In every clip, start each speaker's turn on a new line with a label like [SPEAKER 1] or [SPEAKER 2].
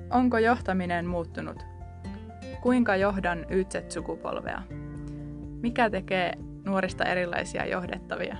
[SPEAKER 1] Onko johtaminen muuttunut? Kuinka johdan YZ-sukupolvea? Mikä tekee nuorista erilaisia johdettavia?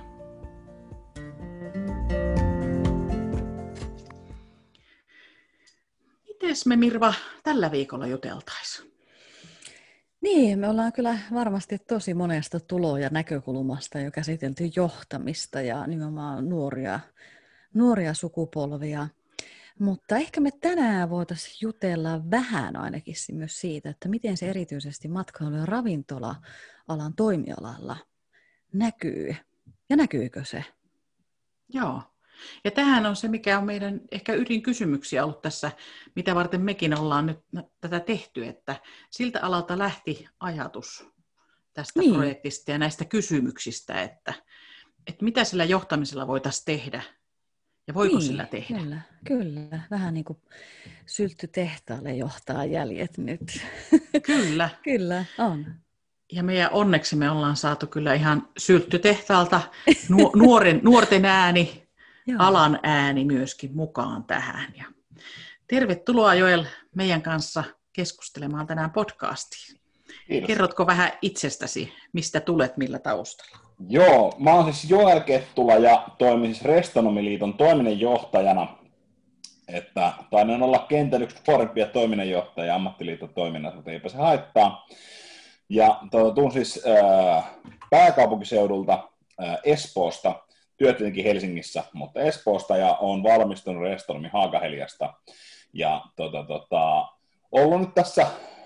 [SPEAKER 2] Mites me, Mirva, tällä viikolla juteltaisiin?
[SPEAKER 3] Niin, me ollaan kyllä varmasti tosi monesta tulo- ja näkökulmasta jo käsitelty johtamista ja nimenomaan nuoria sukupolvia. Mutta ehkä me tänään voitaisiin jutella vähän ainakin myös siitä, että miten se erityisesti matkailu- ja ravintola-alan toimialalla näkyy. Ja näkyykö se?
[SPEAKER 2] Joo. Ja tämähän on se, mikä on meidän ehkä ydinkysymyksiä ollut tässä, mitä varten mekin ollaan nyt tätä tehty, että siltä alalta lähti ajatus tästä projektista ja näistä kysymyksistä, että mitä sillä johtamisella voitaisiin tehdä ja voiko sillä tehdä.
[SPEAKER 3] Kyllä. Vähän niin kuin sylttytehtaalle johtaa jäljet nyt.
[SPEAKER 2] Kyllä.
[SPEAKER 3] Kyllä, on. Ja
[SPEAKER 2] meidän onneksi me ollaan saatu kyllä ihan sylttytehtaalta nuorten ääni, alan ääni myöskin mukaan tähän. Ja tervetuloa Joel meidän kanssa keskustelemaan tänään podcastiin. Kiitos. Kerrotko vähän itsestäsi, mistä tulet, millä taustalla?
[SPEAKER 4] Joo, mä oon siis Joel Kettula ja toimin siis Restonomiliiton toiminnanjohtajana. Että taidan olla kentän yksi nuorempia toiminnanjohtajia ammattiliiton toiminnassa, mutta eipä se haittaa. Ja tuun siis pääkaupunkiseudulta Espoosta, työttöinkin Helsingissä, mutta Espoosta, ja olen valmistunut Restonomin Haakaheliasta. Ja ollut nyt tässä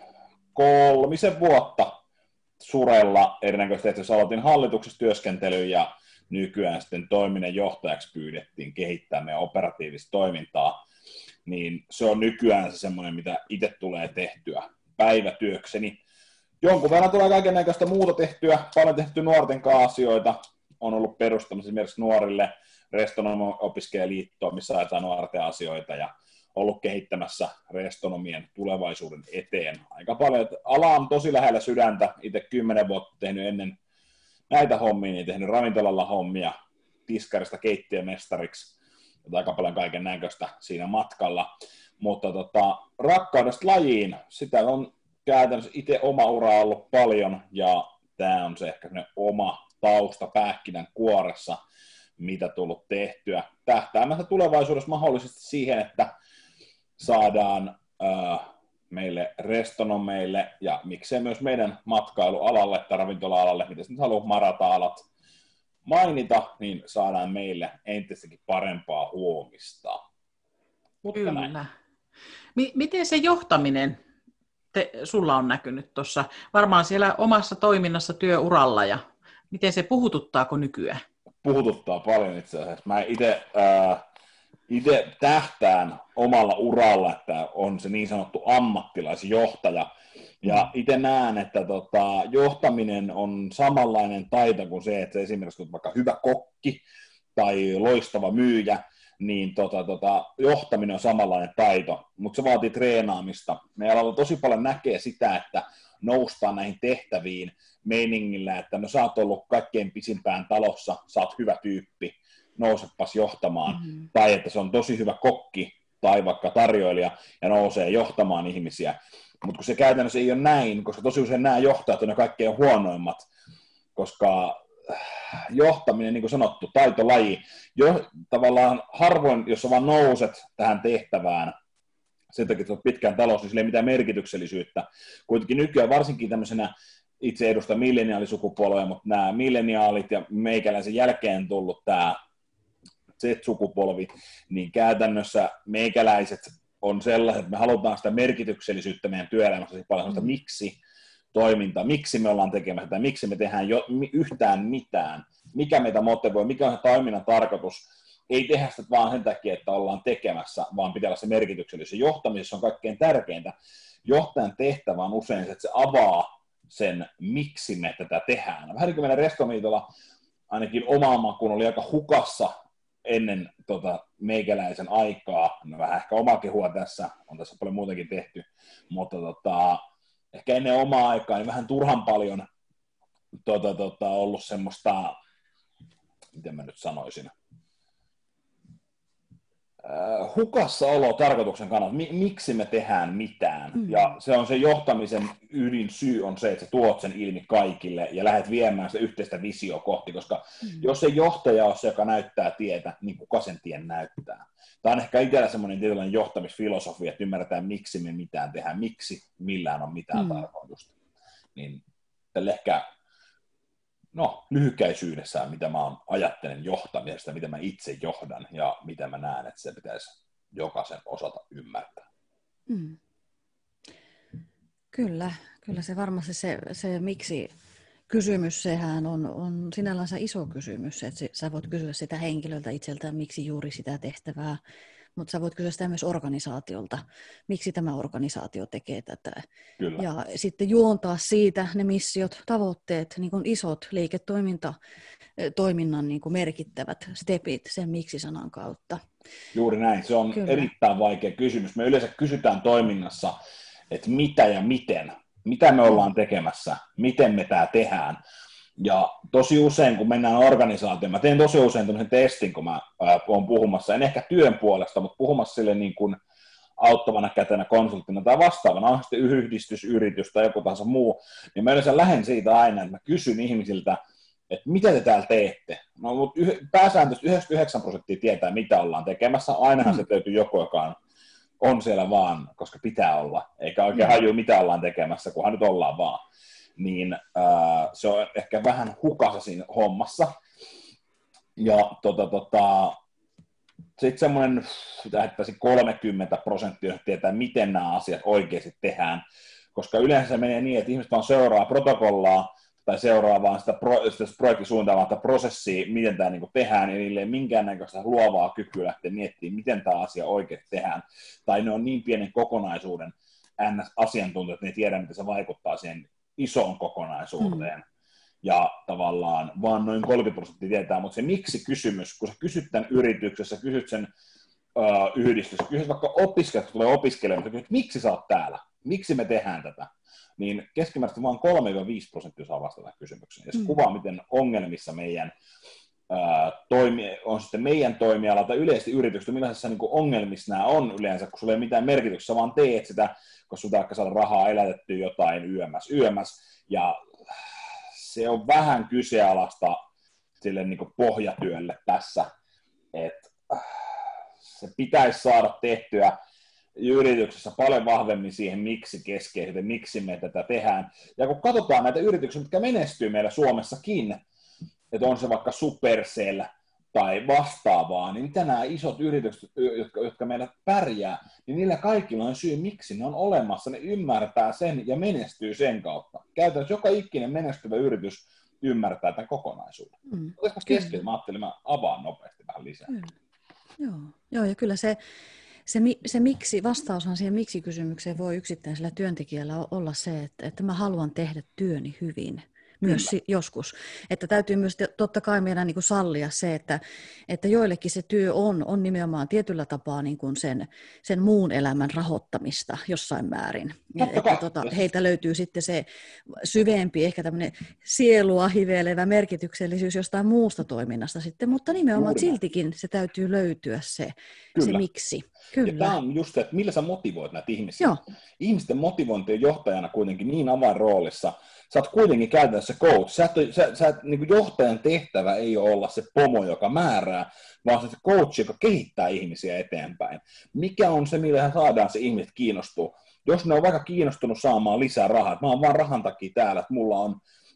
[SPEAKER 4] 3 vuotta Surella erinäköisesti, että aloitin hallituksessa työskentelyyn ja nykyään sitten toiminnanjohtajaksi pyydettiin kehittää meidän operatiivista toimintaa, niin se on nykyään se semmoinen, mitä itse tulee tehtyä päivätyökseni. Jonkun verran tulee kaikennäköistä muuta tehtyä, paljon tehty nuorten kanssa asioita, on ollut perustamassa esimerkiksi nuorille Restonomi-opiskelijaliittoa, missä ajetaan nuorten asioita, ja ollut kehittämässä Restonomien tulevaisuuden eteen aika paljon. Ala on tosi lähellä sydäntä, itse 10 vuotta tehnyt ennen näitä hommia, niin tehnyt ravintolalla hommia, tiskarista keittiömestariksi, aika paljon kaiken näköistä siinä matkalla. Mutta rakkaudesta lajiin, sitä on käytännössä itse oma ura ollut paljon, ja tämä on se ehkä oma tausta pähkinän kuoressa, mitä tullut tehtyä. Tähtäämässä tulevaisuudessa mahdollisesti siihen, että saadaan meille Restonomeille ja miksei myös meidän matkailualalle tai ravintola-alalle, mitä nyt haluaa marata-alat mainita, niin saadaan meille entistäkin parempaa huomista.
[SPEAKER 2] Kyllä. Miten se johtaminen sulla on näkynyt tuossa, varmaan siellä omassa toiminnassa työuralla, ja miten se puhututtaako nykyään?
[SPEAKER 4] Puhututtaa paljon itse asiassa. Mä itse tähtään omalla uralla, että on se niin sanottu ammattilaisjohtaja. Ja itse näen, että johtaminen on samanlainen taito kuin se, että esimerkiksi kun vaikka hyvä kokki tai loistava myyjä, niin johtaminen on samanlainen taito, mutta se vaatii treenaamista. Meidän alalla tosi paljon näkee sitä, että noustaan näihin tehtäviin meiningillä, että no sä oot ollut kaikkein pisimpään talossa, sä oot hyvä tyyppi, nousepas johtamaan. Mm-hmm. Tai että se on tosi hyvä kokki tai vaikka tarjoilija ja nousee johtamaan ihmisiä. Mutta kun se käytännössä ei ole näin, koska tosi usein nämä johtajat on ne kaikkein huonoimmat, koska johtaminen, niin kuin sanottu, taitolaji, tavallaan harvoin, jos sä vaan nouset tähän tehtävään, sen takia, että olet pitkään talous, niin sillä ei mitään merkityksellisyyttä. Kuitenkin nykyään varsinkin tämmöisenä, itse edustan milleniaalisukupolvea, mutta nämä milleniaalit ja meikäläisen jälkeen tullut tämä Z-sukupolvi, niin käytännössä meikäläiset on sellaiset, että me halutaan sitä merkityksellisyyttä meidän työelämässä, paljon sellaista miksi toimintaa, miksi me ollaan tekemässä tai miksi me tehdään yhtään mitään, mikä meitä motivoi, mikä on se toiminnan tarkoitus. Ei tehdä sitä vaan sen takia, että ollaan tekemässä, vaan pitää olla se merkityksellisyys. Johtamisessa on kaikkein tärkeintä. Johtajan tehtävä on usein se, että se avaa sen, miksi me tätä tehdään. Vähän niin kuin meidän Restonomiliitolla ainakin oma makuun oli aika hukassa ennen meikäläisen aikaa. No, vähän ehkä omaa kehua tässä, on tässä paljon muutenkin tehty, mutta ehkä ennen omaa aikaa niin vähän turhan paljon ollut semmoista, miten mä nyt sanoisin, hukassa olo tarkoituksen kannalta, miksi me tehdään mitään. Ja se on se johtamisen ydinsyy on se, että sä tuot sen ilmi kaikille ja lähdet viemään sitä yhteistä visioa kohti, koska jos se johtaja on se, joka näyttää tietä, niin kuka sen tien näyttää. Tämä on ehkä itsellä semmoinen tietynlainen johtamisfilosofia, että ymmärretään, miksi me mitään tehdään, miksi millään on mitään tarkoitusta. Niin tällä ehkä lyhykäisyydessään, mitä mä ajattelen johtamisesta, mitä mä itse johdan ja mitä mä näen, että se pitäisi jokaisen osata ymmärtää.
[SPEAKER 3] Kyllä se varmasti se miksi kysymys, sehän on sinällänsä iso kysymys, että sä voit kysyä sitä henkilöltä itseltään, miksi juuri sitä tehtävää, mutta sä voit kysyä sitä myös organisaatiolta, miksi tämä organisaatio tekee tätä.
[SPEAKER 4] Kyllä.
[SPEAKER 3] Ja sitten juontaa siitä ne missiot, tavoitteet, niin kuin isot liiketoiminnan niin kuin merkittävät stepit sen miksi-sanan kautta.
[SPEAKER 4] Juuri näin, se on erittäin vaikea kysymys. Me yleensä kysytään toiminnassa, että mitä ja miten. Mitä me ollaan tekemässä, miten me tämä tehdään. Ja tosi usein, kun mennään organisaatioon, mä teen tosi usein tämmöisen testin, kun mä oon puhumassa, en ehkä työn puolesta, mutta puhumassa sille niin kuin auttavana kätenä, konsulttina tai vastaavana, on sitten yhdistys, yritys tai joku tahansa muu, niin mä yleensä lähden siitä aina, että mä kysyn ihmisiltä, että mitä te täällä teette. No, mutta pääsääntöisesti 99% tietää, mitä ollaan tekemässä. Ainahan se löytyy joku, joka on siellä vaan, koska pitää olla, eikä oikein hajua, mitä ollaan tekemässä, kunhan nyt ollaan vaan. Niin se on ehkä vähän hukassa siinä hommassa. Ja sitten semmoinen, että 30% tietää, miten nämä asiat oikeasti tehdään, koska yleensä se menee niin, että ihmiset vaan seuraa protokollaa tai seuraa vaan sitä projektisuunnitelmaa tai prosessia, miten tämä niin tehdään, ja niille ei minkäännäköistä luovaa kykyä lähteä miettimään, miten tämä asia oikeasti tehdään. Tai ne on niin pienen kokonaisuuden NS-asiantuntijat, että ne ei tiedä, miten se vaikuttaa siihen isoon kokonaisuuteen. Ja tavallaan vaan noin 30% tietää, mutta se miksi-kysymys, kun sä kysyt tämän yrityksessä, kysyt sen yhdistyksessä, kysyt vaikka opiskelijat, kun tulee opiskelemaan, kysyt, miksi sä oot täällä, miksi me tehdään tätä, niin keskimääräisesti vain 3-5% saa vastata kysymykseen. Ja se kuvaa, miten ongelmissa meidän on sitten meidän toimiala tai yleisesti yritykset, millaisessa niin ongelmissa nämä on yleensä, kun sulla ei ole mitään merkitystä, vaan teet sitä, koska sinulta ehkä saada rahaa elätettyä jotain yömäs. Ja se on vähän kyseenalaista sille niin pohjatyölle tässä, että se pitäisi saada tehtyä yrityksessä paljon vahvemmin siihen miksi keskeisesti, miksi me tätä tehdään. Ja kun katsotaan näitä yrityksiä, mitkä menestyy meillä Suomessakin, että on se vaikka Supercell tai vastaavaa, niin mitä nämä isot yritykset, jotka meillä pärjää, niin niillä kaikilla on syy, miksi ne on olemassa, ne ymmärtää sen ja menestyy sen kautta. Käytännössä joka ikinen menestyvä yritys ymmärtää tämän kokonaisuuden. Olisiko kesken? Mä ajattelin, mä avaan nopeasti vähän lisää.
[SPEAKER 3] Joo, ja kyllä se miksi, vastaushan siihen miksi-kysymykseen voi yksittäisellä työntekijällä olla se, että mä haluan tehdä työni hyvin. Myös joskus. Että täytyy myös totta kai meidän niin kuin sallia se, että joillekin se työ on nimenomaan tietyllä tapaa niin kuin sen muun elämän rahoittamista jossain määrin. Että heiltä löytyy sitten se syvempi, ehkä tämmöinen sielua hivelevä merkityksellisyys jostain muusta toiminnasta sitten, mutta nimenomaan siltikin se täytyy löytyä se miksi. Kyllä.
[SPEAKER 4] Ja tämä on just se, että millä sä motivoit näitä ihmisiä. Joo. Ihmisten motivointi on johtajana kuitenkin niin avainroolissa. Sä oot kuitenkin käytännössä coach. Niin johtajan tehtävä ei ole olla se pomo, joka määrää, vaan se coach, joka kehittää ihmisiä eteenpäin. Mikä on se, millä saadaan se ihmiset kiinnostua? Jos ne on vaikka kiinnostunut saamaan lisää rahaa, että mä oon vaan rahan takia täällä, että mulla on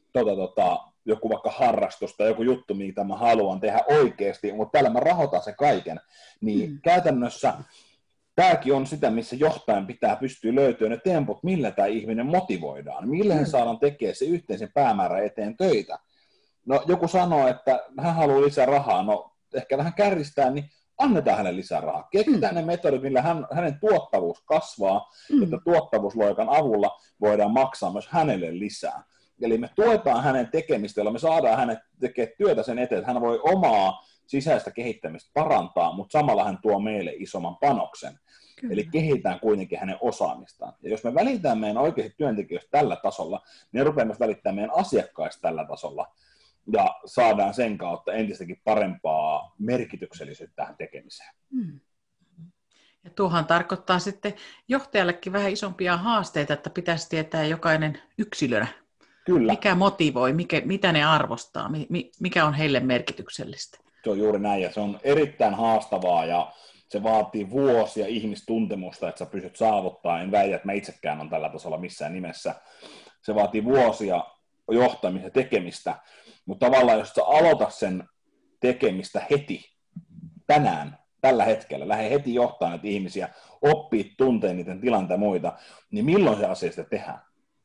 [SPEAKER 4] joku vaikka harrastus tai joku juttu, mitä mä haluan tehdä oikeasti, mutta täällä mä rahoitan sen kaiken, niin käytännössä tämäkin on sitä, missä johtajan pitää pystyä löytämään ne temput, millä tämä ihminen motivoidaan, millä he saadaan tekemään se yhteisen päämäärän eteen töitä. No joku sanoo, että hän haluaa lisää rahaa, no ehkä vähän kärjistää, niin annetaan hänelle lisää rahaa. Keksitään ne metodit, millä hänen tuottavuus kasvaa, että tuottavuusloikan avulla voidaan maksaa myös hänelle lisää. Eli me tuetaan hänen tekemistä, jolla me saadaan hänet tekemään työtä sen eteen, että hän voi omaa sisäistä kehittämistä parantaa, mutta samalla hän tuo meille isomman panoksen. Kyllä. Eli kehitetään kuitenkin hänen osaamistaan. Ja jos me välitetään meidän oikeasti työntekijöistä tällä tasolla, niin rupeamme myös välittämään meidän asiakkaista tällä tasolla. Ja saadaan sen kautta entistäkin parempaa merkityksellisyyttä tähän tekemiseen.
[SPEAKER 2] tuohan tarkoittaa sitten johtajallekin vähän isompia haasteita, että pitäisi tietää jokainen yksilönä.
[SPEAKER 4] Kyllä.
[SPEAKER 2] Mikä motivoi, mitä ne arvostaa, mikä on heille merkityksellistä.
[SPEAKER 4] Se on juuri näin, ja se on erittäin haastavaa, ja se vaatii vuosia ihmistuntemusta, että sä pystyt saavuttaa. En väitä, että mä itsekään on tällä tasolla missään nimessä. Se vaatii vuosia johtamista ja tekemistä, mutta tavallaan jos sä aloitat sen tekemistä heti, tänään, tällä hetkellä, lähde heti johtaa näitä ihmisiä, oppii tunteen niiden tilanteita ja muita, niin milloin se asia sitten tehdään?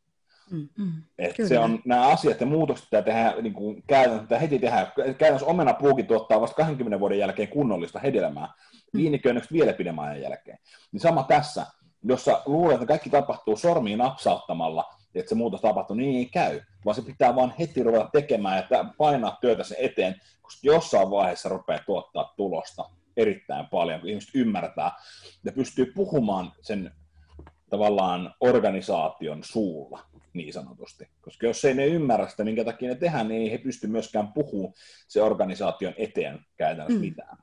[SPEAKER 4] Se on, nämä asiat ja muutokset pitää tehdä, niin kuin käytännössä heti tehdä. Käytännössä omenapuukin tuottaa vasta 20 vuoden jälkeen kunnollista hedelmää, viiniköynnökset vielä pidemmän ajan jälkeen. Niin sama tässä, jos sä luulet, että kaikki tapahtuu sormiin napsauttamalla, että se muutos tapahtuu, niin ei käy, vaan se pitää vaan heti ruveta tekemään ja painaa työtä sen eteen, koska jossain vaiheessa rupeaa tuottaa tulosta erittäin paljon, kun ihmiset ymmärtää ja pystyy puhumaan sen tavallaan organisaation suulla, niin sanotusti. Koska jos ei ne ymmärrä sitä, minkä takia ne tehdään, niin ei he pysty myöskään puhumaan se organisaation eteen käytännössä mitään.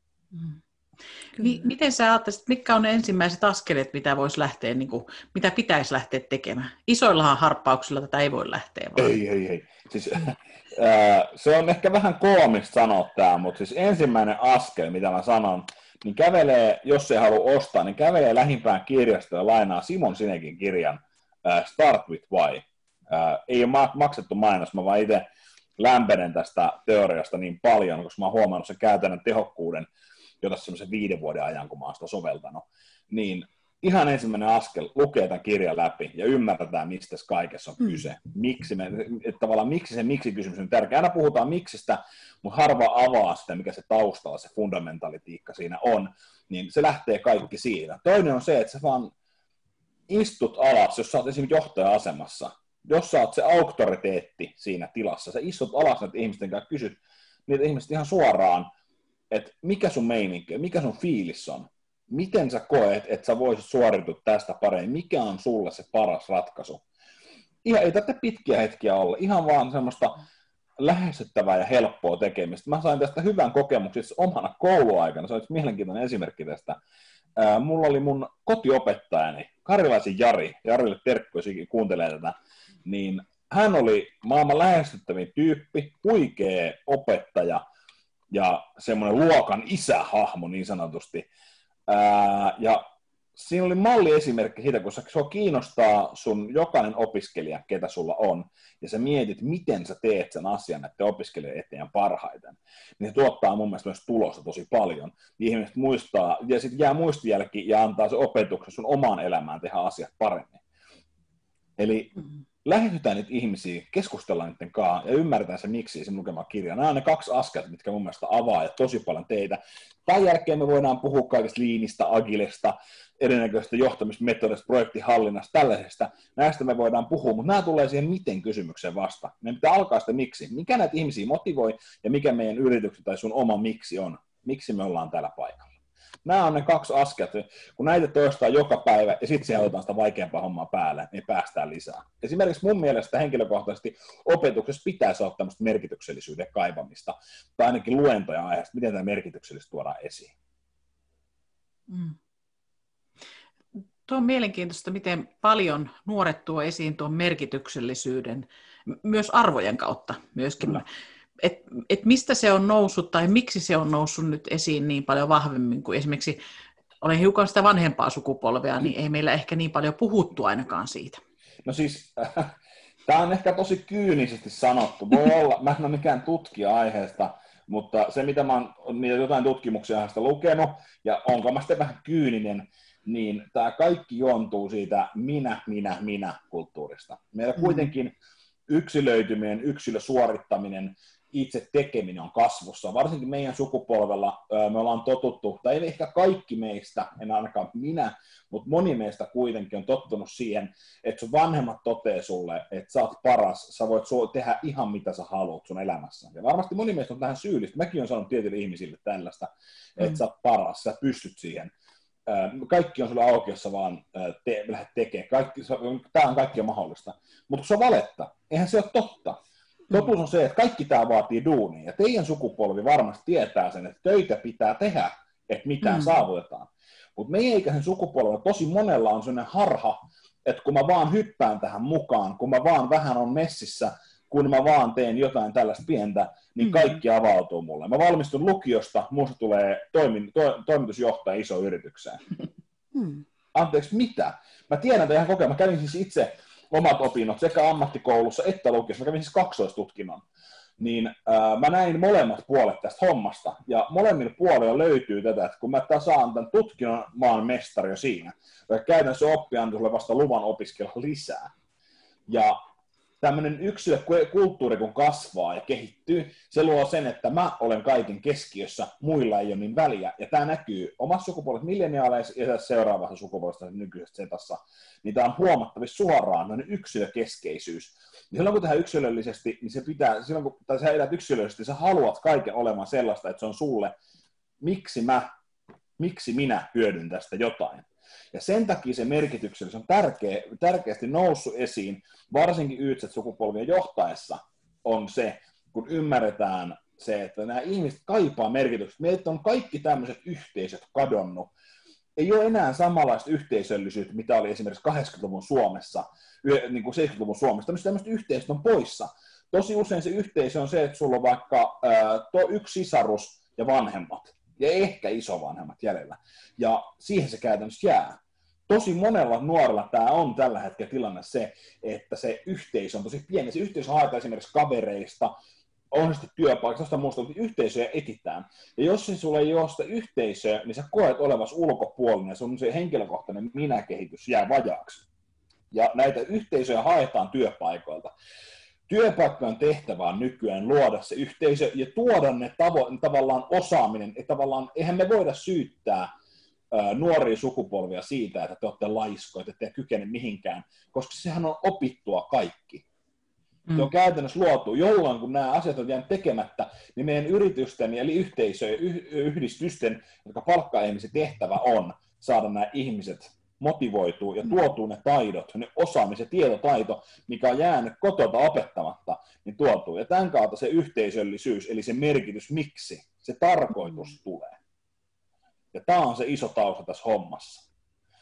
[SPEAKER 2] Miten sä ajattelisit, mitkä on ne ensimmäiset askeleet, mitä voisi lähteä, niin kuin, mitä pitäisi lähteä tekemään? Isoillahan harppauksilla tätä ei voi lähteä. Vaan.
[SPEAKER 4] Ei. Siis, se on ehkä vähän koomista sanoa tämä, mutta siis ensimmäinen askel, mitä mä sanon, niin kävelee, jos ei halua ostaa, niin kävelee lähimpään kirjastoon ja lainaa Simon Sinekin kirjan Start with Why. Ei ole maksettu mainos, mä vaan itse lämpenen tästä teoriasta niin paljon, koska mä oon huomannut sen käytännön tehokkuuden, jota semmoisen 5 vuoden ajan, kun mä oon sitä soveltanut, niin ihan ensimmäinen askel lukee tämän kirjan läpi ja ymmärretään, mistä kaikessa on kyse. Miksi se miksi-kysymys on tärkeä. Aina puhutaan miksistä, mutta harva avaa sitä, mikä se taustalla, se fundamentalitiikka siinä on, niin se lähtee kaikki siinä. Toinen on se, että sä vaan istut alas, jos sä oot esimerkiksi johtaja-asemassa, jos sä oot se auktoriteetti siinä tilassa, sä istut alas näitä ihmisten kanssa, kysyt niitä ihmiset ihan suoraan, että mikä sun meininki on, mikä sun fiilis on, miten sä koet, että sä voisit suoriutua tästä paremmin, mikä on sulle se paras ratkaisu. Ihan ei tätä pitkiä hetkiä olla, ihan vaan semmoista lähestyttävää ja helppoa tekemistä. Mä sain tästä hyvän kokemuksen omana kouluaikana, se on yksi mielenkiintoinen esimerkki tästä. Mulla oli mun kotiopettajani, Karilaisen Jari, Jarille terkku, jos kuuntelee tätä, niin hän oli maailman lähestyttävin tyyppi, huikea opettaja, ja semmoinen luokan isähahmo niin sanotusti. Ja siinä oli malliesimerkki siitä, kun sua kiinnostaa sun jokainen opiskelija, ketä sulla on, ja sä mietit, miten sä teet sen asian näiden opiskelijoiden eteen parhaiten, niin se tuottaa mun mielestä myös tulosta tosi paljon. Ihmiset muistaa, ja sitten jää muistijälki ja antaa se opetuksen sun omaan elämään tehdä asiat paremmin. Eli lähestytään niitä ihmisiä, keskustellaan niiden kanssa ja ymmärretään se miksi sen lukemaan kirjaa. Nämä on ne 2 askelta, mitkä mun mielestä avaa ja tosi paljon teitä. Tämän jälkeen me voidaan puhua kaikesta liinistä, agilesta, erinäköistä johtamismetodista, projektihallinnasta, tällaisesta. Näistä me voidaan puhua, mutta nämä tulee siihen miten kysymykseen vasta. Meidän pitää alkaa sitä miksi. Mikä näitä ihmisiä motivoi ja mikä meidän yrityksen tai sun oma miksi on. Miksi me ollaan täällä paikalla. Nämä on ne 2 askelta. Kun näitä toistaa joka päivä ja sitten siihen otetaan sitä vaikeampaa hommaa päälle, niin päästään lisää. Esimerkiksi mun mielestä henkilökohtaisesti opetuksessa pitäisi olla tämmöistä merkityksellisyyden kaivamista, tai ainakin luentoja aiheesta, miten tämä merkityksellisyys tuodaan esiin.
[SPEAKER 2] Tuo on mielenkiintoista, miten paljon nuoret tuo esiin tuon merkityksellisyyden, myös arvojen kautta myöskin. Et mistä se on noussut tai miksi se on noussut nyt esiin niin paljon vahvemmin kuin esimerkiksi, olen hiukan sitä vanhempaa sukupolvea, niin ei meillä ehkä niin paljon puhuttu ainakaan siitä.
[SPEAKER 4] No siis, tämä on ehkä tosi kyynisesti sanottu. Voi olla, mä en ole mikään tutkija aiheesta, mutta se mitä mä oon jotain tutkimuksia aiheesta lukenut, ja onko mä sitten vähän kyyninen, niin tämä kaikki juontuu siitä minä kulttuurista. Meillä kuitenkin yksilöityminen, yksilösuorittaminen, itse tekeminen on kasvussa. Varsinkin meidän sukupolvella me ollaan totuttu, tai ei ehkä kaikki meistä, en ainakaan minä, mutta moni meistä kuitenkin on tottunut siihen, että sun vanhemmat toteaa sulle, että sä oot paras, sä voit tehdä ihan mitä sä haluat sun elämässä. Ja varmasti moni meistä on tähän syyllistä. Mäkin olen sanonut tietyille ihmisille tällaista, että sä oot paras, sä pystyt siihen. Kaikki on sulle auki, jos sä vaan lähdet tekemään. Tämä on kaikki mahdollista. Mutta se on valetta. Eihän se ole totta. Totuus on se, että kaikki tämä vaatii duunia. Ja teidän sukupolvi varmasti tietää sen, että töitä pitää tehdä, että mitään saavutetaan. Mutta meidän ikäisen sukupolvella tosi monella on sellainen harha, että kun mä vaan hyppään tähän mukaan, kun mä vaan vähän on messissä, kun mä vaan teen jotain tällaista pientä, niin kaikki avautuu mulle. Mä valmistun lukiosta, musta tulee toimitusjohtaja iso yritykseen. Anteeksi, mitä? Mä tiedän tämän ihan kokea. Mä kävin siis itse omat opinnot sekä ammattikoulussa että lukiossa. Mä kävin siis kaksoistutkinnon. Niin mä näin molemmat puolet tästä hommasta. Ja molemmilla puolilla löytyy tätä, että kun mä saan tämän tutkinnon, mä oon mestari jo siinä. Vaikka käytännössä oppija antaa sulle vasta luvan opiskella lisää. Ja tämmöinen yksilökulttuuri, kun kasvaa ja kehittyy, se luo sen, että mä olen kaiken keskiössä, muilla ei ole niin väliä. Ja tämä näkyy omassa sukupuolessa milleniaaleissa ja seuraavassa sukupuolessa nykyisessä setassa. Niin tämä on huomattavasti suoraan yksilökeskeisyys. Ja silloin kun tehdään yksilöllisesti, niin se pitää, silloin kun sä elät yksilöllisesti, sä haluat kaiken olemaan sellaista, että se on sulle, miksi minä hyödyn tästä jotain. Ja sen takia se merkityksellisyys on tärkeästi noussut esiin, varsinkin YZ-sukupolvien johtaessa, on se, kun ymmärretään se, että nämä ihmiset kaipaa merkitystä. Meiltä on kaikki tämmöiset yhteisöt kadonnut. Ei ole enää samanlaista yhteisöllisyyttä, mitä oli esimerkiksi 80-luvun Suomessa, niin kuin 70-luvun Suomessa. Tämmöiset yhteisöt on poissa. Tosi usein se yhteisö on se, että sulla on vaikka yksi sisarus ja vanhemmat. Ja ehkä isovanhemmat jäljellä. Ja siihen se käytännössä jää. Tosi monella nuorella tämä on tällä hetkellä tilanne se, että se yhteisö on tosi pieni. Se yhteisö haetaan esimerkiksi kavereista, on se sitten työpaikasta, jostain muusta, mutta yhteisöjä etitään. Ja jos sulla ei ole sitä yhteisöä, niin sä koet olevasi ulkopuolinen ja sun se henkilökohtainen minäkehitys jää vajaaksi. Ja näitä yhteisöjä haetaan työpaikoilta. Työpaikkojen tehtävä on nykyään luoda se yhteisö ja tuoda ne tavallaan osaaminen. Että tavallaan eihän me voida syyttää nuoria sukupolvia siitä, että te olette laiskoja, että te ette kykene mihinkään, koska sehän on opittua kaikki. Se on käytännössä luotu, jolloin kun nämä asiat on jäänyt tekemättä, niin meidän yritysten eli yhteisöjen, yhdistysten, jotka palkkaa ihmisen tehtävä on saada nämä ihmiset motivoituu ja tuotuu ne taidot, ne osaamisen tietotaito, mikä on jäänyt kotota opettamatta, niin tuotuu. Ja tämän kautta se yhteisöllisyys, eli se merkitys, miksi, se tarkoitus tulee. Ja tämä on se iso tausta tässä hommassa.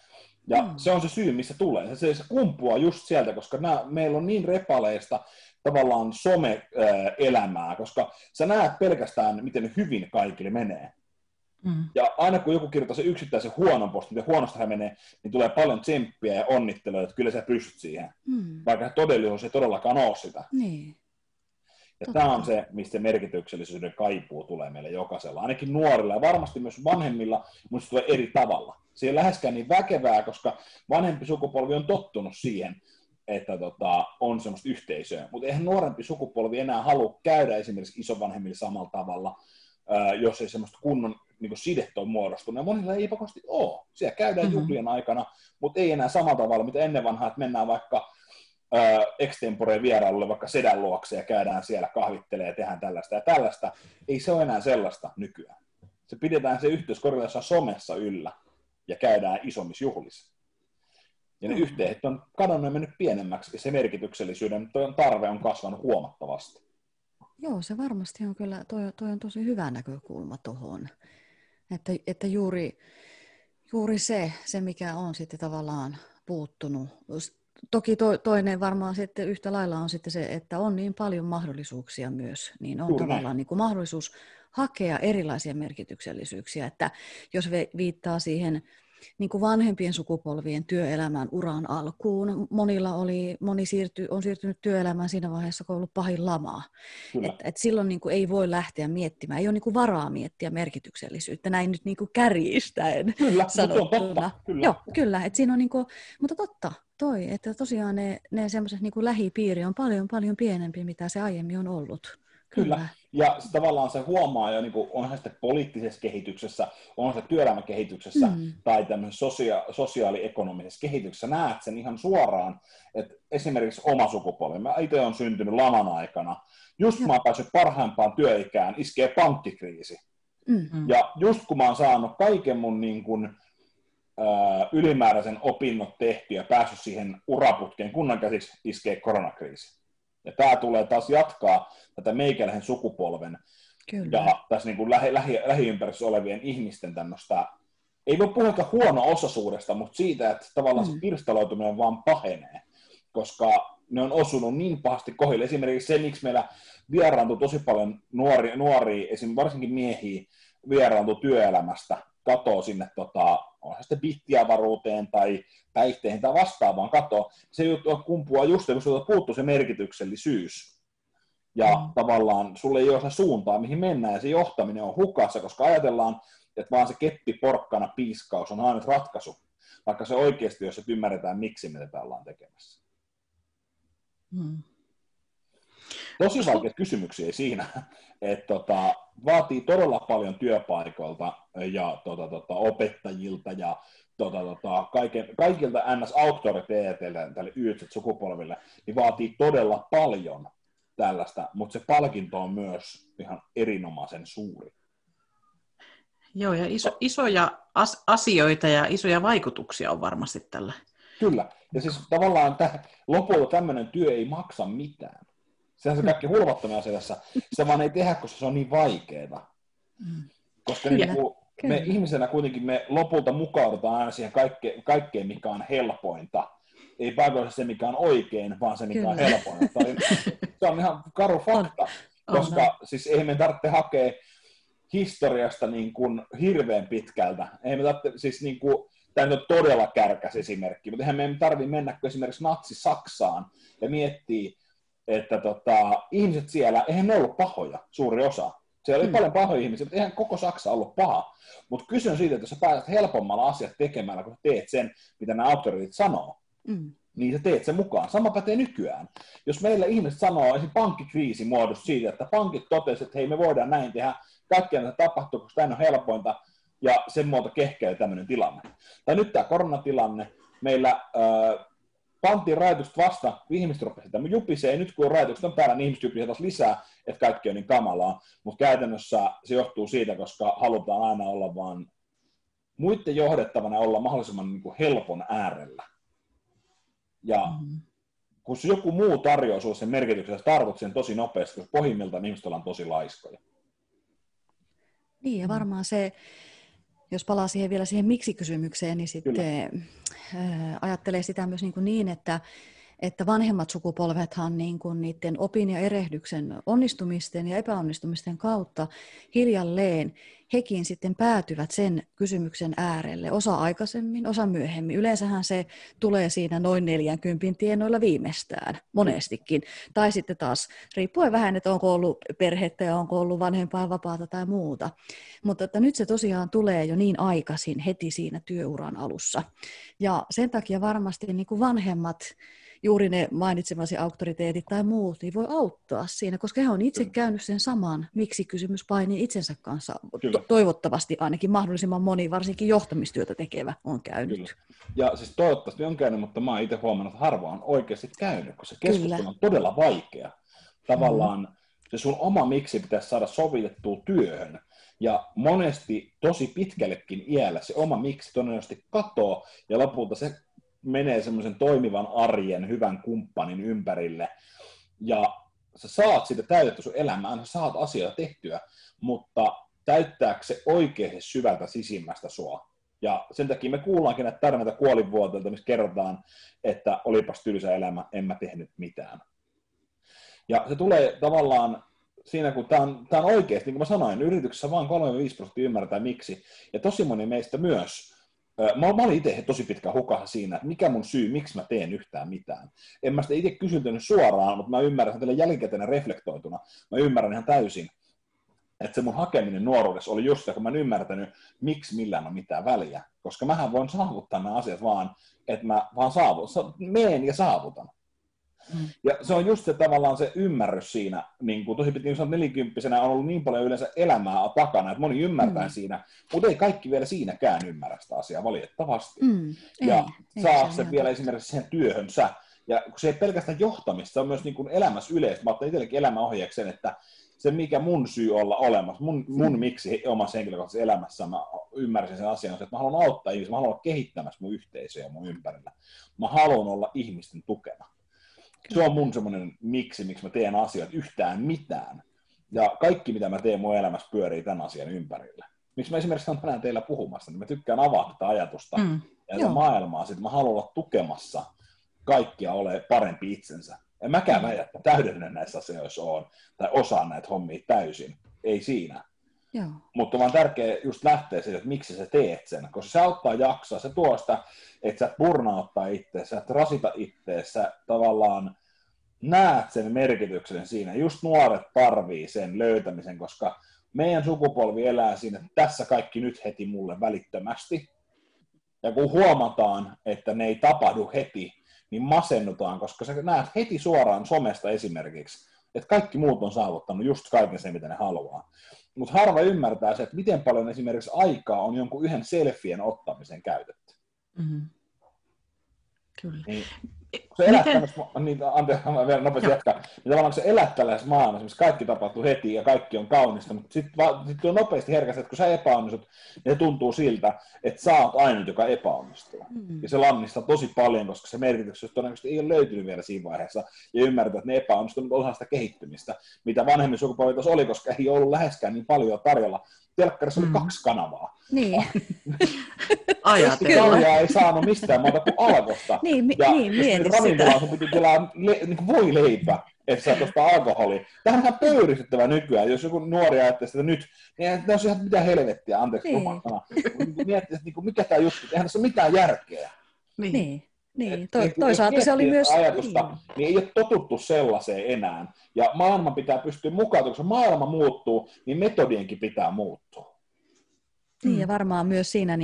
[SPEAKER 4] Ja se on se syy, missä tulee. Se kumpuaa just sieltä, koska meillä on niin repaleista tavallaan some-elämää, koska sä näet pelkästään, miten hyvin kaikille menee. Ja aina kun joku kirjoittaa se yksittäisen huonon postin, miten huonosti hän menee, niin tulee paljon tsemppiä ja onnitteluja, että kyllä sä pystyt siihen. Vaikka todellisuus ei todellakaan ole sitä.
[SPEAKER 3] Niin.
[SPEAKER 4] Ja tämä on se, mistä merkityksellisyyden kaipuu tulee meille jokaisella. Ainakin nuorilla ja varmasti myös vanhemmilla, mutta se tulee eri tavalla. Se ei ole läheskään niin väkevää, koska vanhempi sukupolvi on tottunut siihen, että on semmoista yhteisöä. Mutta eihän nuorempi sukupolvi enää halua käydä esimerkiksi isovanhemmilla samalla tavalla, jos ei semmoista kunnon niin sidettä on muodostunut. Ja monilla ei pakosti ole. Siellä käydään juhlien aikana, mutta ei enää samalla tavalla, mitä ennen vanhaa, että mennään vaikka extemporeen vierailulle vaikka sedän luokse ja käydään siellä kahvittelee ja tehdään tällaista ja tällaista. Ei se ole enää sellaista nykyään. Se pidetään se yhteys korjassa somessa yllä ja käydään isommissa juhlissa. Ja ne yhteydet on kadonnut ja mennyt pienemmäksi ja se merkityksellisyyden tarve on kasvanut huomattavasti.
[SPEAKER 3] Joo, se varmasti on kyllä, toi on tosi hyvä näkökulma tuohon. Että juuri se, mikä on sitten tavallaan puuttunut. Toki toinen varmaan sitten yhtä lailla on sitten se, että on niin paljon mahdollisuuksia myös, niin on tavallaan niin kuin mahdollisuus hakea erilaisia merkityksellisyyksiä, että jos viittaa siihen niin kuin vanhempien sukupolvien työelämän uran alkuun, moni on siirtynyt työelämään siinä vaiheessa, kun on ollut pahin lama. Et silloin niin kuin ei voi lähteä miettimään, ei ole niin kuin varaa miettiä merkityksellisyyttä, näin nyt niin kuin kärjistäen sanottuna. Joo, kyllä, että siinä on niin kuin, mutta totta, että tosiaan ne semmoiset niin kuin lähipiiri on paljon paljon pienempi, mitä se aiemmin on ollut.
[SPEAKER 4] Kyllä. Ja tavallaan se huomaa jo, niin kuin onhan sitten poliittisessa kehityksessä, onhan se työelämäkehityksessä tai tämmöisessä sosiaaliekonomisessa kehityksessä, näet sen ihan suoraan, että esimerkiksi oma sukupolvi, mä itse olen syntynyt laman aikana, just mä oon päässyt parhaimpaan työikään, iskee pankkikriisi. Ja just kun mä oon saanut kaiken mun niin kuin, ylimääräisen opinnot tehty ja päässyt siihen uraputkeen kunnan käsiksi, iskee koronakriisi. Ja tämä tulee taas jatkaa tätä meikäläisen sukupolven ja tässä niin kuin lähiympäristössä olevien ihmisten tämmöistä ei voi puhua huono-osaisuudesta, mutta siitä, että tavallaan se pirstaloituminen vaan pahenee, koska ne on osunut niin pahasti kohdille. Esimerkiksi se, miksi meillä vieraantuu tosi paljon nuoria esimerkiksi varsinkin miehiä, vieraantuu työelämästä, katoo sinne, on se sitten bittiavaruuteen tai päihteihin tai vastaavaan katoo. Se juttu kumpuaa just, kun sinulta puuttuu se merkityksellisyys. Ja tavallaan sulle ei ole se suuntaa, mihin mennään, ja se johtaminen on hukassa, koska ajatellaan, että vaan se keppi, porkkana, piiskaus on aina ratkaisu, vaikka se oikeasti, jos et ymmärretään, miksi me tätä ollaan tekemässä. Tosi vaikeita kysymyksiä siinä, että vaatii todella paljon työpaikoilta ja opettajilta ja kaikilta NS-auktoriteeteiltä tälle YZ-sukupolville, niin vaatii todella paljon tällaista, mutta se palkinto on myös ihan erinomaisen suuri.
[SPEAKER 2] Joo, ja isoja asioita ja isoja vaikutuksia on varmasti tällä.
[SPEAKER 4] Kyllä, ja siis tavallaan lopulta tämmöinen työ ei maksa mitään. Sehän se kaikki hulvattomia asia tässä. Sitä vaan ei tehdä, koska se on niin vaikeaa. Koska me ihmisenä kuitenkin me lopulta mukaudutaan aina siihen kaikkeen, mikä on helpointa. Ei paikoissa se, mikä on oikein, vaan se, mikä on helpointa. Se on ihan karu fakta, koska siis ei me tarvitse hakea historiasta niin kuin hirveän pitkältä. Ei me tarvitse, siis niin kuin, tämä on todella kärkäs esimerkki, mutta eihän me tarvitse mennä esimerkiksi Natsi-Saksaan ja miettiä, että ihmiset siellä, eihän ne ollut pahoja, suuri osa. Siellä oli paljon pahoja ihmisiä, mutta eihän koko Saksa ollut paha. Mutta kyse on siitä, että jos sä pääset helpommalla asiat tekemällä, kun teet sen, mitä nämä auktoriteetit sanoo, niin sä teet sen mukaan. Sama pätee nykyään. Jos meillä ihmiset sanoo esimerkiksi pankkikriisi muodossa siitä, että pankit totesivat, että hei, me voidaan näin tehdä, kaikkea näitä tapahtuu, koska tämä on helpointa, ja sen muuta kehkeä tämmöinen tilanne. Tai nyt tämä koronatilanne, meillä pantiin rajoitukset vasta, ihmiset rupesivat tämä jupisee, nyt kun rajoitukset on päällä, niin ihmiset jupisee taas lisää, että kaikki on niin kamalaa, mutta käytännössä se johtuu siitä, koska halutaan aina olla vaan muiden johdettavana olla mahdollisimman niin kuin helpon äärellä. Ja kun joku muu tarjoaa sinulle sen merkityksen, sä tarvitset sen tosi nopeasti, koska pohjimmiltaan ihmiset ollaan tosi laiskoja.
[SPEAKER 3] Niin, ja varmaan se, jos palaa vielä siihen miksi-kysymykseen, niin sitten ajattelee sitä myös niin että vanhemmat sukupolvethan niin kuin niiden opin ja erehdyksen onnistumisten ja epäonnistumisten kautta hiljalleen hekin sitten päätyvät sen kysymyksen äärelle, osa aikaisemmin, osa myöhemmin. Yleensähän se tulee siinä noin 40 tienoilla viimeistään, monestikin. Tai sitten taas riippuen vähän, että onko ollut perhettä ja onko ollut vanhempainvapaata tai muuta. Mutta että nyt se tosiaan tulee jo niin aikaisin heti siinä työuran alussa. Ja sen takia varmasti niin kuin vanhemmat, juuri ne mainitsemasi auktoriteetit tai muut, niin voi auttaa siinä, koska he on itse käynyt sen saman miksi-kysymyspainiin itsensä kanssa. Toivottavasti ainakin mahdollisimman moni, varsinkin johtamistyötä tekevä, on käynyt.
[SPEAKER 4] Kyllä. Ja siis toivottavasti on käynyt, mutta mä oon itse huomannut, että harva on oikeasti käynyt, koska se keskustelu on todella vaikea. Tavallaan se sun oma miksi pitäisi saada sovitettua työhön. Ja monesti tosi pitkällekin iällä se oma miksi todennäköisesti katoo, ja lopulta se menee semmoisen toimivan arjen, hyvän kumppanin ympärille, ja sä saat sitä täytettyä sun elämään, sä saat asioita tehtyä, mutta täyttääkö se oikein syvältä sisimmästä sua? Ja sen takia me kuullaankin näitä tarinoita kuolinvuoteilta, missä kerrotaan, että olipas tylsä elämä, en mä tehnyt mitään. Ja se tulee tavallaan siinä, kun tämä on oikeasti, niin kuin mä sanoin, yrityksessä vaan 3-5% ymmärtää miksi, ja tosi moni meistä myös. Mä olin itse tosi pitkä hukassa siinä, että mikä mun syy, miksi mä teen yhtään mitään. En mä sitä itse kysynyt suoraan, mutta mä ymmärrän, että jälkikäteen reflektoituna, mä ymmärrän ihan täysin, että se mun hakeminen nuoruudessa oli just se, kun mä en ymmärtänyt, miksi millään on mitään väliä. Koska mähän voin saavuttaa nämä asiat vaan, että mä vaan meen ja saavutan. Ja se on just se tavallaan se ymmärrys siinä, niin kuin tosi pitkään, kun 40-vuotiaana on ollut niin paljon yleensä elämää takana, että moni ymmärtää siinä, mutta ei kaikki vielä siinäkään ymmärrä sitä asiaa valitettavasti. Ja saa se vielä esimerkiksi siihen työhönsä. Ja kun se ei pelkästään johtamista, se on myös niin kuin elämässä yleistä. Mä otan itsellekin elämäohjeeksi sen, että se mikä mun syy olla olemassa, mun miksi omassa henkilökohtaisessa elämässä mä ymmärsin sen asian, että mä haluan auttaa ihmisiä, mä haluan olla kehittämässä mun yhteisöä mun ympärillä. Mä haluan olla ihmisten tukena. Se on mun semmoinen miksi mä teen asioita yhtään mitään. Ja kaikki, mitä mä teen mun elämässä, pyörii tämän asian ympärillä. miksi mä esimerkiksi olen tänään teillä puhumassa, niin mä tykkään avata tätä ajatusta ja tätä maailmaa, sitten mä haluan olla tukemassa kaikkia ole parempi itsensä. En mäkään väitä, että täydellinen näissä asioissa on, tai osaan näitä hommia täysin. Ei siinä.
[SPEAKER 3] Joo.
[SPEAKER 4] Mutta on vaan tärkeää just lähteä siitä, että miksi sä teet sen. Koska se auttaa jaksaa, se tuo sitä, että sä burnouttaa itseäsi, sä et rasita itseäsi, sä tavallaan näet sen merkityksen siinä. Just nuoret tarvii sen löytämisen, koska meidän sukupolvi elää siinä, että tässä kaikki nyt heti mulle välittömästi. Ja kun huomataan, että ne ei tapahdu heti, niin masennutaan, koska sä näet heti suoraan somesta esimerkiksi, että kaikki muut on saavuttanut just kaiken sen, mitä ne haluaa. Mutta harva ymmärtää se, että miten paljon esimerkiksi aikaa on jonkun yhden selfien ottamisen käytetty.
[SPEAKER 3] Mm-hmm. Kyllä.
[SPEAKER 4] Niin, se elät anteeksi, mä vielä nopeasti jatkaa. Niin tavallaan se elät tällaisessa maailmassa, missä kaikki tapahtuu heti ja kaikki on kaunista, mutta sitten on nopeasti herkästi, että kun sä epäonnistut, niin se tuntuu siltä, että sä oot ainut, joka epäonnistuu. Mm. Ja se lannistaa tosi paljon, koska se merkitys todennäköisesti ei ole löytynyt vielä siinä vaiheessa, ja ymmärtää, että ne epäonnistuneet osaa sitä kehittymistä, mitä vanhemmin sukupolvilla oli, koska ei ollut läheskään niin paljon tarjolla. Telkkarissa oli 2 kanavaa.
[SPEAKER 3] Niin.
[SPEAKER 4] Ajatella. Ei saanut mistään muuta kuin Alkosta.
[SPEAKER 3] Niin,
[SPEAKER 4] mieti ravintolaan sun piti tilaa niin voi leipä, että sä tuosta alkoholia. Tämähän on ihan pöyristyttävä nykyään. Jos joku nuori ajattelee sitä nyt, niin ei tässä ole ihan mitään helvettiä, anteeksi omakana. Miettii, että mikä tämä juttu, eihän tässä ole mitään järkeä.
[SPEAKER 3] Niin. Toisaalta se oli myös...
[SPEAKER 4] Ajatusta, niin ei ole totuttu sellaiseen enää. Ja maailman pitää pystyä mukaan, koska maailma muuttuu, niin metodienkin pitää muuttua.
[SPEAKER 3] Niin, ja varmaan myös siinä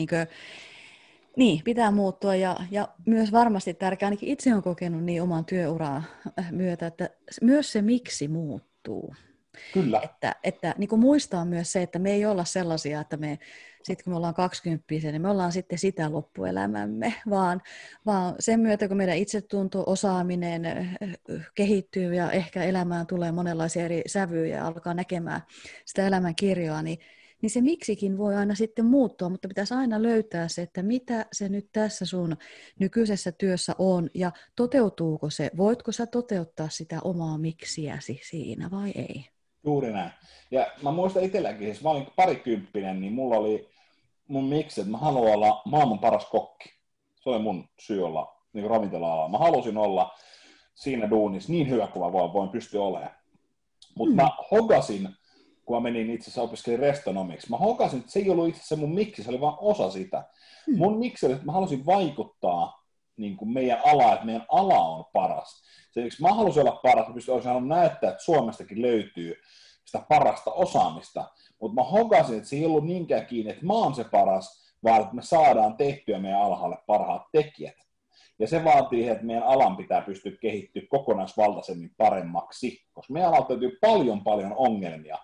[SPEAKER 3] pitää muuttua, ja myös varmasti tärkeää, ainakin itse olen kokenut niin oman työuran myötä, että myös se miksi muuttuu.
[SPEAKER 4] Kyllä.
[SPEAKER 3] Että niin kuin muistaa myös se, että me ei olla sellaisia, että me sitten kun me ollaan 20-vuotiaita, niin me ollaan sitten sitä loppuelämämme, vaan sen myötä, kun meidän itsetunto, osaaminen kehittyy ja ehkä elämään tulee monenlaisia eri sävyjä ja alkaa näkemään sitä elämän kirjoa, niin se miksikin voi aina sitten muuttua, mutta pitäisi aina löytää se, että mitä se nyt tässä sun nykyisessä työssä on ja toteutuuko se, voitko sä toteuttaa sitä omaa miksiäsi siinä vai ei? Juuri
[SPEAKER 4] näin. Ja mä muistan itselläkin, siis mä olin parikymppinen, niin mulla oli mun miksi, että mä haluan olla maailman paras kokki. Se oli mun syy olla niin ravintola-alalla. Mä halusin olla siinä duunissa niin hyvä kuin mä voin pystyä olemaan. Mutta mä hokasin, kun mä menin itse asiassa opiskelin restonomiksi, mä hokasin, että se ei ollut itse asiassa mun miksi, se oli vaan osa sitä. Mun miksi oli, että mä halusin vaikuttaa niin kuin meidän alaa, että meidän ala on paras. Siksi mä halusin olla paras, mä olisin halunnut näyttää, että Suomestakin löytyy sitä parasta osaamista. Mutta mä hokasin, että se ei ollut niinkään kiinni, että mä oon se paras, vaan että me saadaan tehtyä meidän alhaalle parhaat tekijät. Ja se vaatii, että meidän alan pitää pystyä kehittyä kokonaisvaltaisemmin paremmaksi, koska meidän alalta löytyy paljon ongelmia.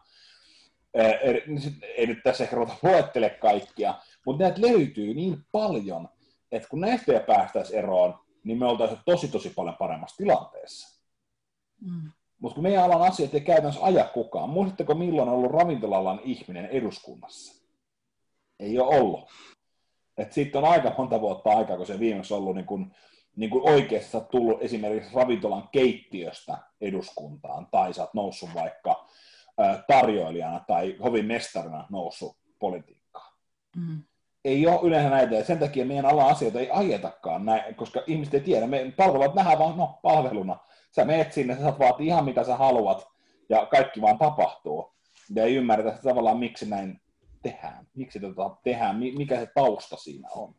[SPEAKER 4] Ei nyt tässä ehkä ruveta luettele kaikkia, mutta näitä löytyy niin paljon, että kun näistä ei päästäisiin eroon, niin me oltaisiin tosi paljon paremmassa tilanteessa. Mutta kun meidän alan asiat ei käytännössä aja kukaan. Muistatteko, milloin on ollut ravintola-alan ihminen eduskunnassa? Ei ole ollut. Siitä on aika monta vuotta aikaa, kun se viimeksi on ollut niin kuin oikeasti sä oot tullut esimerkiksi ravintolan keittiöstä eduskuntaan, tai sä oot noussut vaikka tarjoilijana tai hovin mestarina noussut politiikkaan. Ei ole yleensä näitä, ja sen takia meidän alan asioita ei ajetakaan näin, koska ihmiset ei tiedä. Me palvelut nähdään vaan palveluna. Sä meet sinne, sä saat vaatia ihan mitä sä haluat, ja kaikki vaan tapahtuu. Ja ei ymmärretä tavallaan, miksi näin tehdään. Miksi tehdään, mikä se tausta siinä on.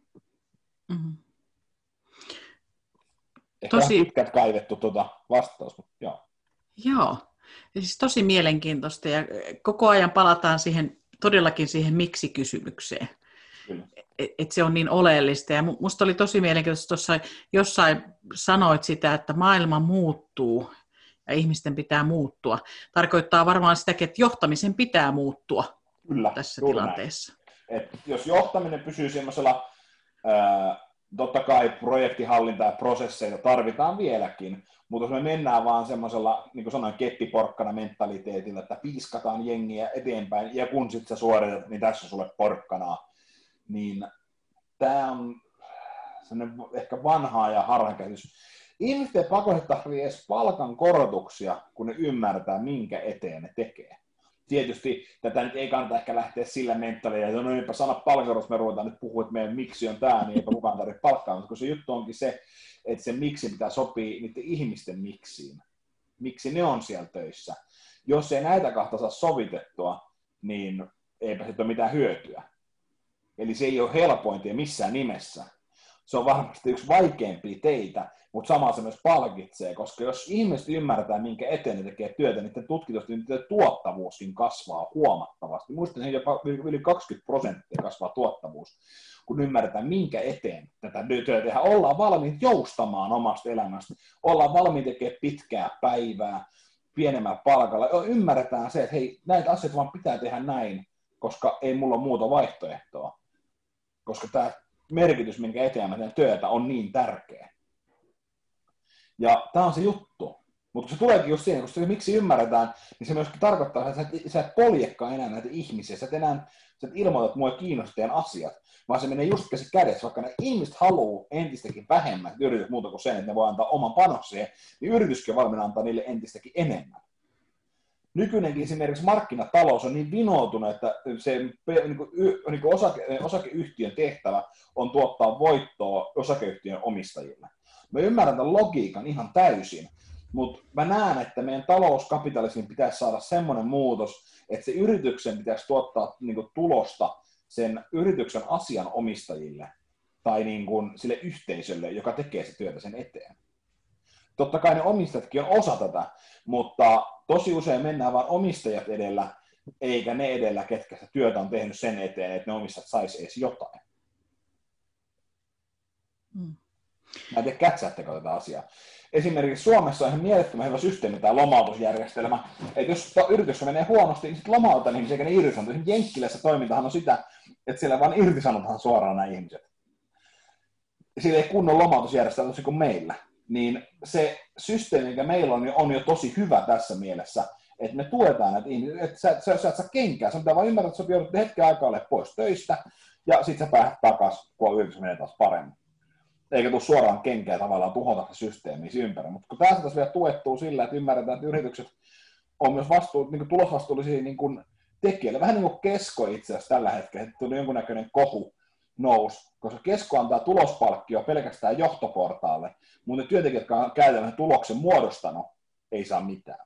[SPEAKER 4] Ehkä pitkät kaivettu vastaus, mutta joo.
[SPEAKER 2] Joo, ja siis tosi mielenkiintoista, ja koko ajan palataan todellakin siihen miksi-kysymykseen. Että se on niin oleellista. Ja musta oli tosi mielenkiintoista, tuossa jossain sanoit sitä, että maailma muuttuu ja ihmisten pitää muuttua. Tarkoittaa varmaan sitäkin, että johtamisen pitää muuttua tässä tilanteessa.
[SPEAKER 4] Jos johtaminen pysyy semmoisella, totta kai projektihallinta ja prosesseita tarvitaan vieläkin, mutta jos me mennään vaan semmoisella, niin kuin sanoin, keppiporkkana mentaliteetillä, että piiskataan jengiä eteenpäin, ja kun sitten sä suoritat, niin tässä on sulle porkkanaa, niin tämä on sellainen ehkä vanhaa ja harhakäsitys. Ihmiset ei pakosti tarvitse edes palkankorotuksia, kun ne ymmärtää, minkä eteen ne tekee. tietysti tätä nyt ei kannata ehkä lähteä sillä mentaalilla, että no eipä sana palkaros, me ruvetaan nyt puhua, että meidän miksi on tämä, niin eipä kukaan tarvitse palkkaa, mutta kun se juttu onkin se, että se miksi pitää sopii niiden ihmisten miksiin. Miksi ne on siellä töissä. Jos ei näitä kahta saa sovitettua, niin eipä siitä ole mitään hyötyä. Eli se ei ole helpointia missään nimessä. Se on varmasti yksi vaikeimpia teitä, mutta samalla se myös palkitsee, koska jos ihmiset ymmärtää, minkä eteen ne tekee työtä, niin tutkitusti niiden tuottavuuskin kasvaa huomattavasti. Muistan, jopa yli 20% kasvaa tuottavuus, kun ymmärretään, minkä eteen tätä työtä tehdään. Ollaan valmiit joustamaan omasta elämästä, ollaan valmiit tekemään pitkää päivää, pienemmällä palkalla. Ymmärretään se, että hei, näitä asioita vaan pitää tehdä näin, koska ei mulla ole muuta vaihtoehtoa. Koska tämä merkitys, minkä eteen mä teen työtä, on niin tärkeä. Ja tämä on se juttu. Mutta se tuleekin just siihen, koska se, miksi ymmärretään, niin se myöskin tarkoittaa, että sä et poljekaan enää näitä ihmisiä. Sä et ilmoita, että mua kiinnostaa asiat, vaan se menee just käsi kädessä. Vaikka ne ihmiset haluaa entistäkin vähemmän yritys muuta kuin sen, että ne voi antaa oman panokseen, niin yrityskin on valmiina antaa niille entistäkin enemmän. Nykyinenkin esimerkiksi markkinatalous on niin vinoutunut, että se niin osakeyhtiön tehtävä on tuottaa voittoa osakeyhtiön omistajille. Mä ymmärrän tämän logiikan ihan täysin, mutta mä näen, että meidän talouskapitalismin pitäisi saada semmoinen muutos, että se yrityksen pitäisi tuottaa tulosta sen yrityksen asianomistajille tai sille yhteisölle, joka tekee se työtä sen eteen. Totta kai ne omistajatkin on osa tätä, mutta tosi usein mennään vain omistajat edellä, eikä ne edellä, ketkä sitä työtä on tehnyt sen eteen, että ne omistajat saisi edes jotain. Mä en tiedä, kätsäättekö tätä asiaa. Esimerkiksi Suomessa on ihan mielettömän hyvä systeemi tämä lomautusjärjestelmä, että jos yritys menee huonosti, niin sitten lomautetaan ihmisiä, eikä ne irtisanotaan. Esimerkiksi Jenkkilässä toimintahan on sitä, että siellä vaan irtisanotaan suoraan nämä ihmiset. Siellä ei kunnon lomautusjärjestelmä tosi kuin meillä. Niin se systeemi, mikä meillä on jo tosi hyvä tässä mielessä, että me tuetaan näitä ihmisiä, että sä et saa kenkää, sä pitää vaan ymmärtää, että sä joudut hetken aikaa olemaan pois töistä, ja sit sä pääset takaisin, kun yritys menee taas paremmin. Eikä tule suoraan kenkää tavallaan tuhota se systeemiä ympäri. Mutta kun tässä taas vielä tuettuu sillä, että ymmärretään, että yritykset on myös tulosvastuullisia tekijöille. Vähän niin kuin Kesko itse asiassa tällä hetkellä, että tuli jonkunnäköinen kohu nousi, koska Kesko antaa tulospalkkio pelkästään johtoportaalle, mutta ne työntekijät, jotka on käytännön tuloksen muodostanut, ei saa mitään.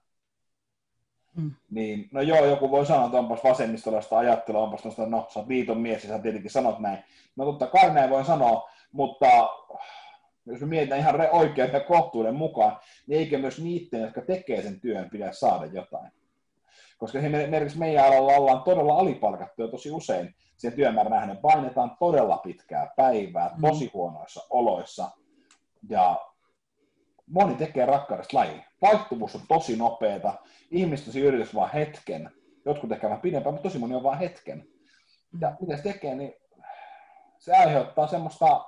[SPEAKER 4] Niin, no joo, joku voi sanoa, että onpas vasemmistolaista ajattelua, onpas noista, no sä oot liiton mies ja sä tietenkin sanot näin. No totta kai näin voi sanoa, mutta jos me mietitään ihan oikein ja kohtuuden mukaan, niin eikö myös niiden, jotka tekee sen työn, pitäisi saada jotain. Koska esimerkiksi meidän alalla ollaan todella alipalkattuja tosi usein. Sen työmäärän nähden painetaan todella pitkää päivää, tosi huonoissa oloissa. Ja moni tekee rakkaudesta lajia. Vaihtuvuus on tosi nopeata. Ihmiset on siinä yritys vaan hetken. Jotkut tekevät vähän pidempään, mutta tosi moni on vaan hetken. Ja mitä se tekee, niin se aiheuttaa semmoista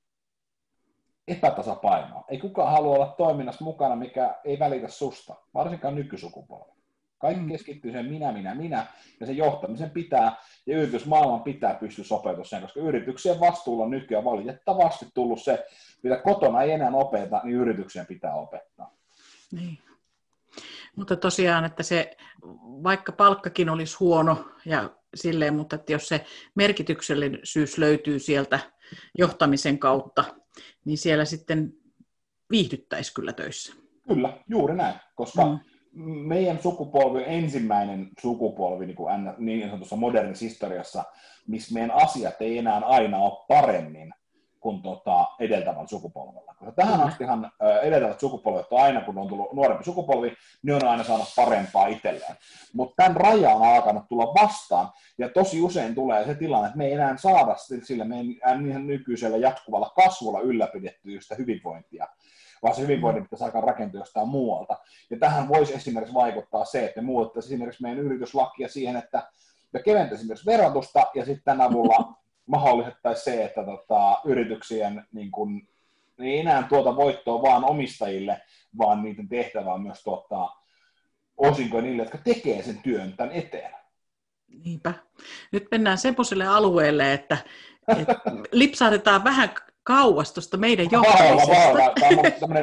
[SPEAKER 4] epätasapainoa. Ei kukaan halua olla toiminnassa mukana, mikä ei välitä susta, varsinkaan nykysukupolvi. Kaikki keskittyy sen minä, ja sen johtamisen pitää, ja yritysmaailman pitää pystyä sopeutumaan sen, koska yrityksien vastuulla on nykyään valitettavasti tullut se, mitä kotona ei enää opeta, niin yrityksien pitää opettaa.
[SPEAKER 2] Niin. Mutta tosiaan, että se, vaikka palkkakin olisi huono, ja silleen, mutta että jos se merkityksellisyys löytyy sieltä johtamisen kautta, niin siellä sitten viihdyttäisi kyllä töissä.
[SPEAKER 4] Kyllä, juuri näin, koska meidän sukupolvi on ensimmäinen sukupolvi niin sanotussa modernissa historiassa, missä meidän asiat ei enää aina ole paremmin kuin edeltävällä sukupolvella. Koska tähän astihan edeltävät sukupolvet on aina, kun on tullut nuorempi sukupolvi, niin on aina saanut parempaa itselleen. Mutta tämän raja on alkanut tulla vastaan, ja tosi usein tulee se tilanne, että me ei enää saada sillä meidän nykyisellä jatkuvalla kasvulla ylläpidettyä sitä hyvinvointia, vaan se hyvinvointi pitäisi alkaa rakentua jostain muualta. Ja tähän voisi esimerkiksi vaikuttaa se, että me muutettaisiin esimerkiksi meidän yrityslakia siihen, että me keventäisiin esimerkiksi verotusta, ja sitten tämän avulla mahdollistettaisiin se, että yrityksien ei enää tuota voittoa vaan omistajille, vaan niiden tehtävä on myös tuottaa osinkoja niille, jotka tekee sen työn tämän eteen.
[SPEAKER 2] Niinpä. Nyt mennään semmoiselle alueelle, että lipsahdetaan vähän kauas tuosta meidän johtamisesta.
[SPEAKER 4] Tämä on tämmöinen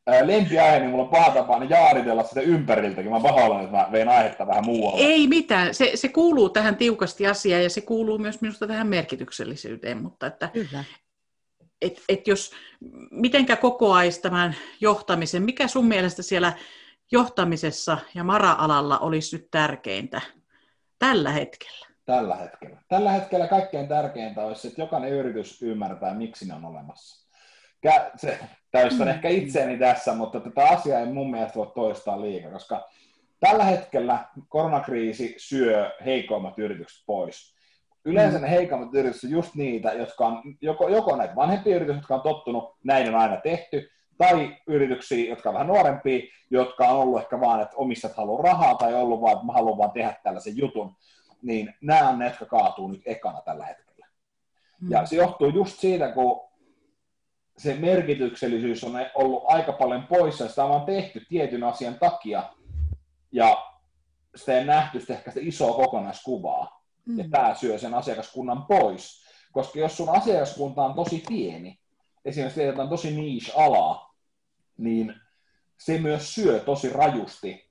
[SPEAKER 4] lempiaihe, niin mulla on paha tapana jaaritella sitä ympäriltäkin. Mä pahoillani, että mä vein aihetta vähän muualle.
[SPEAKER 2] Ei mitään. Se kuuluu tähän tiukasti asiaan ja se kuuluu myös minusta tähän merkityksellisyyteen, mutta että jos mitenkä kokoaisi tämän johtamisen, mikä sun mielestä siellä johtamisessa ja mara-alalla olisi nyt tärkeintä tällä hetkellä?
[SPEAKER 4] Tällä hetkellä kaikkein tärkeintä olisi, että jokainen yritys ymmärtää, miksi ne on olemassa. Täystän ehkä itseäni tässä, mutta tätä asiaa ei mun mielestä voi toistaa liikaa, koska tällä hetkellä koronakriisi syö heikoimmat yritykset pois. Yleensä ne heikommat yritykset on just niitä, jotka on joko näitä vanhempia yrityksiä, jotka on tottunut, näin on aina tehty, tai yrityksiä, jotka on vähän nuorempia, jotka on ollut ehkä vaan, että omistajat haluaa rahaa, tai ollut vaan, että mä haluan vaan tehdä tällaisen jutun, niin nämä on ne, jotka kaatuu nyt ekana tällä hetkellä. Ja se johtuu just siitä, kun se merkityksellisyys on ollut aika paljon poissa, sitä on vaan tehty tietyn asian takia, ja sitä ei nähty sitä ehkä sitä isoa kokonaiskuvaa, ja tämä syö sen asiakaskunnan pois. Koska jos sun asiakaskunta on tosi pieni, esimerkiksi teetään tosi niche-alaa, niin se myös syö tosi rajusti,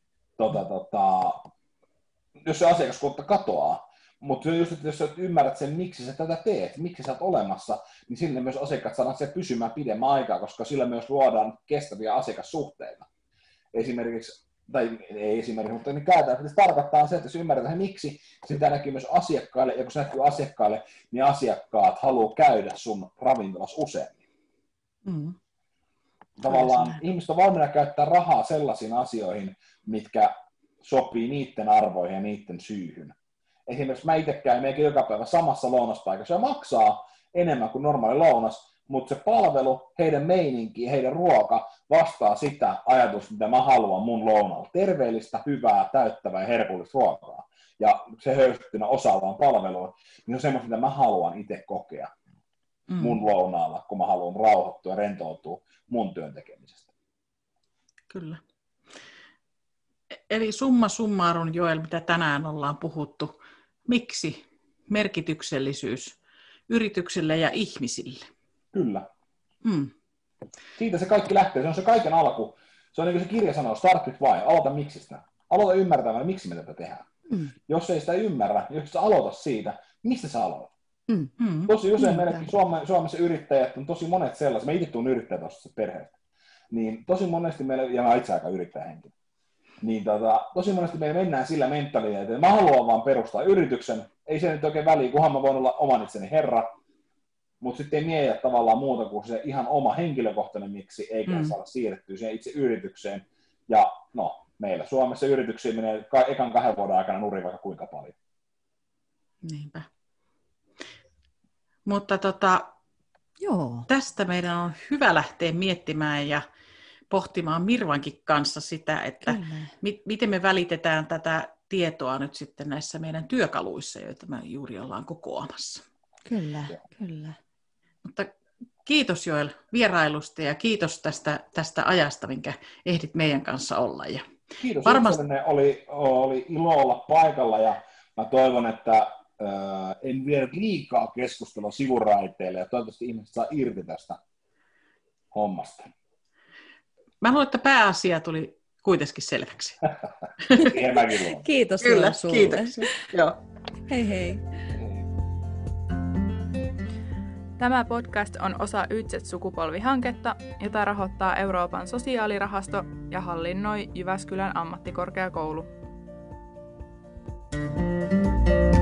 [SPEAKER 4] jos se asiakaskunta katoaa. Mutta just, että jos sä ymmärrät sen, miksi sä tätä teet, miksi sä oot olemassa, niin sillä myös asiakkaat saadaan se pysymään pidemmän aikaa, koska sillä myös luodaan kestäviä asiakassuhteita. Esimerkiksi, tai ei esimerkiksi, mutta niin käytännössä se tarkoittaa se, että jos ymmärretään miksi, sitä näkyy myös asiakkaille, ja kun se näkyy asiakkaille, niin asiakkaat haluaa käydä sun ravintolassa useammin. Tavallaan ihmiset on valmiina käyttää rahaa sellaisiin asioihin, mitkä sopii niiden arvoihin ja niiden syyhyn. Esimerkiksi mä itse käyn meikin joka päivä samassa lounaspaikassa ja maksaa enemmän kuin normaali lounas, mutta se palvelu, heidän meininki ja heidän ruoka vastaa sitä ajatusta, mitä mä haluan mun lounalla. Terveellistä, hyvää, täyttävää ja herkullista ruokaa. Ja se höystettynä osaltaan palvelua, niin on semmoista, mitä mä haluan itse kokea mun lounaalla, kun mä haluan rauhoittua ja rentoutua mun työn tekemisestä.
[SPEAKER 2] Kyllä. Eli summa summarum, Joel, mitä tänään ollaan puhuttu. Miksi merkityksellisyys yrityksille ja ihmisille?
[SPEAKER 4] Kyllä. Siitä se kaikki lähtee. Se on se kaiken alku. Se on niin kuin se kirja sanoo, start with why. Aloita miksistä. Aloita ymmärtämään, miksi me tätä tehdään. Jos ei sitä ymmärrä, jos sä aloita siitä, mistä sä aloitat? Tosi usein meidänkin Suomessa yrittäjät on tosi monet sellaiset. Mä itse tuun yrittäjätaustasta perheestä. Niin tosi monesti meillä, ja mä itse aika yrittäjähenkilö. Niin tosi monesti me mennään sillä mentaliteetillä, että mä haluan vaan perustaa yrityksen, ei se nyt oikein väliä, kunhan mä voin olla oman itseni herra, mutta sitten ei mietiä tavallaan muuta kuin se ihan oma henkilökohtainen miksi, eikä saada siirrettyä siihen itse yritykseen. Ja no, meillä Suomessa yrityksiä menee ekan 2 vuoden aikana nurin vaikka kuinka paljon.
[SPEAKER 2] Niinpä. Mutta tästä meidän on hyvä lähteä miettimään ja pohtimaan Mirvankin kanssa sitä, että miten me välitetään tätä tietoa nyt sitten näissä meidän työkaluissa, joita me juuri ollaan kokoamassa.
[SPEAKER 3] Kyllä.
[SPEAKER 2] Mutta kiitos Joel vierailusta ja kiitos tästä ajasta, minkä ehdit meidän kanssa olla. Ja
[SPEAKER 4] kiitos itsellenne, oli ilo olla paikalla ja mä toivon, että en vie liikaa keskustelua sivuraiteille ja toivottavasti ihmiset saa irti tästä hommasta.
[SPEAKER 2] Mä luulen, että pääasia tuli kuitenkin selväksi.
[SPEAKER 3] Kiitos
[SPEAKER 2] kyllä,
[SPEAKER 3] sulle.
[SPEAKER 2] Kiitos. Joo.
[SPEAKER 3] Hei hei.
[SPEAKER 1] Tämä podcast on osa YZ-sukupolvihanketta, jota rahoittaa Euroopan sosiaalirahasto ja hallinnoi Jyväskylän ammattikorkeakoulu.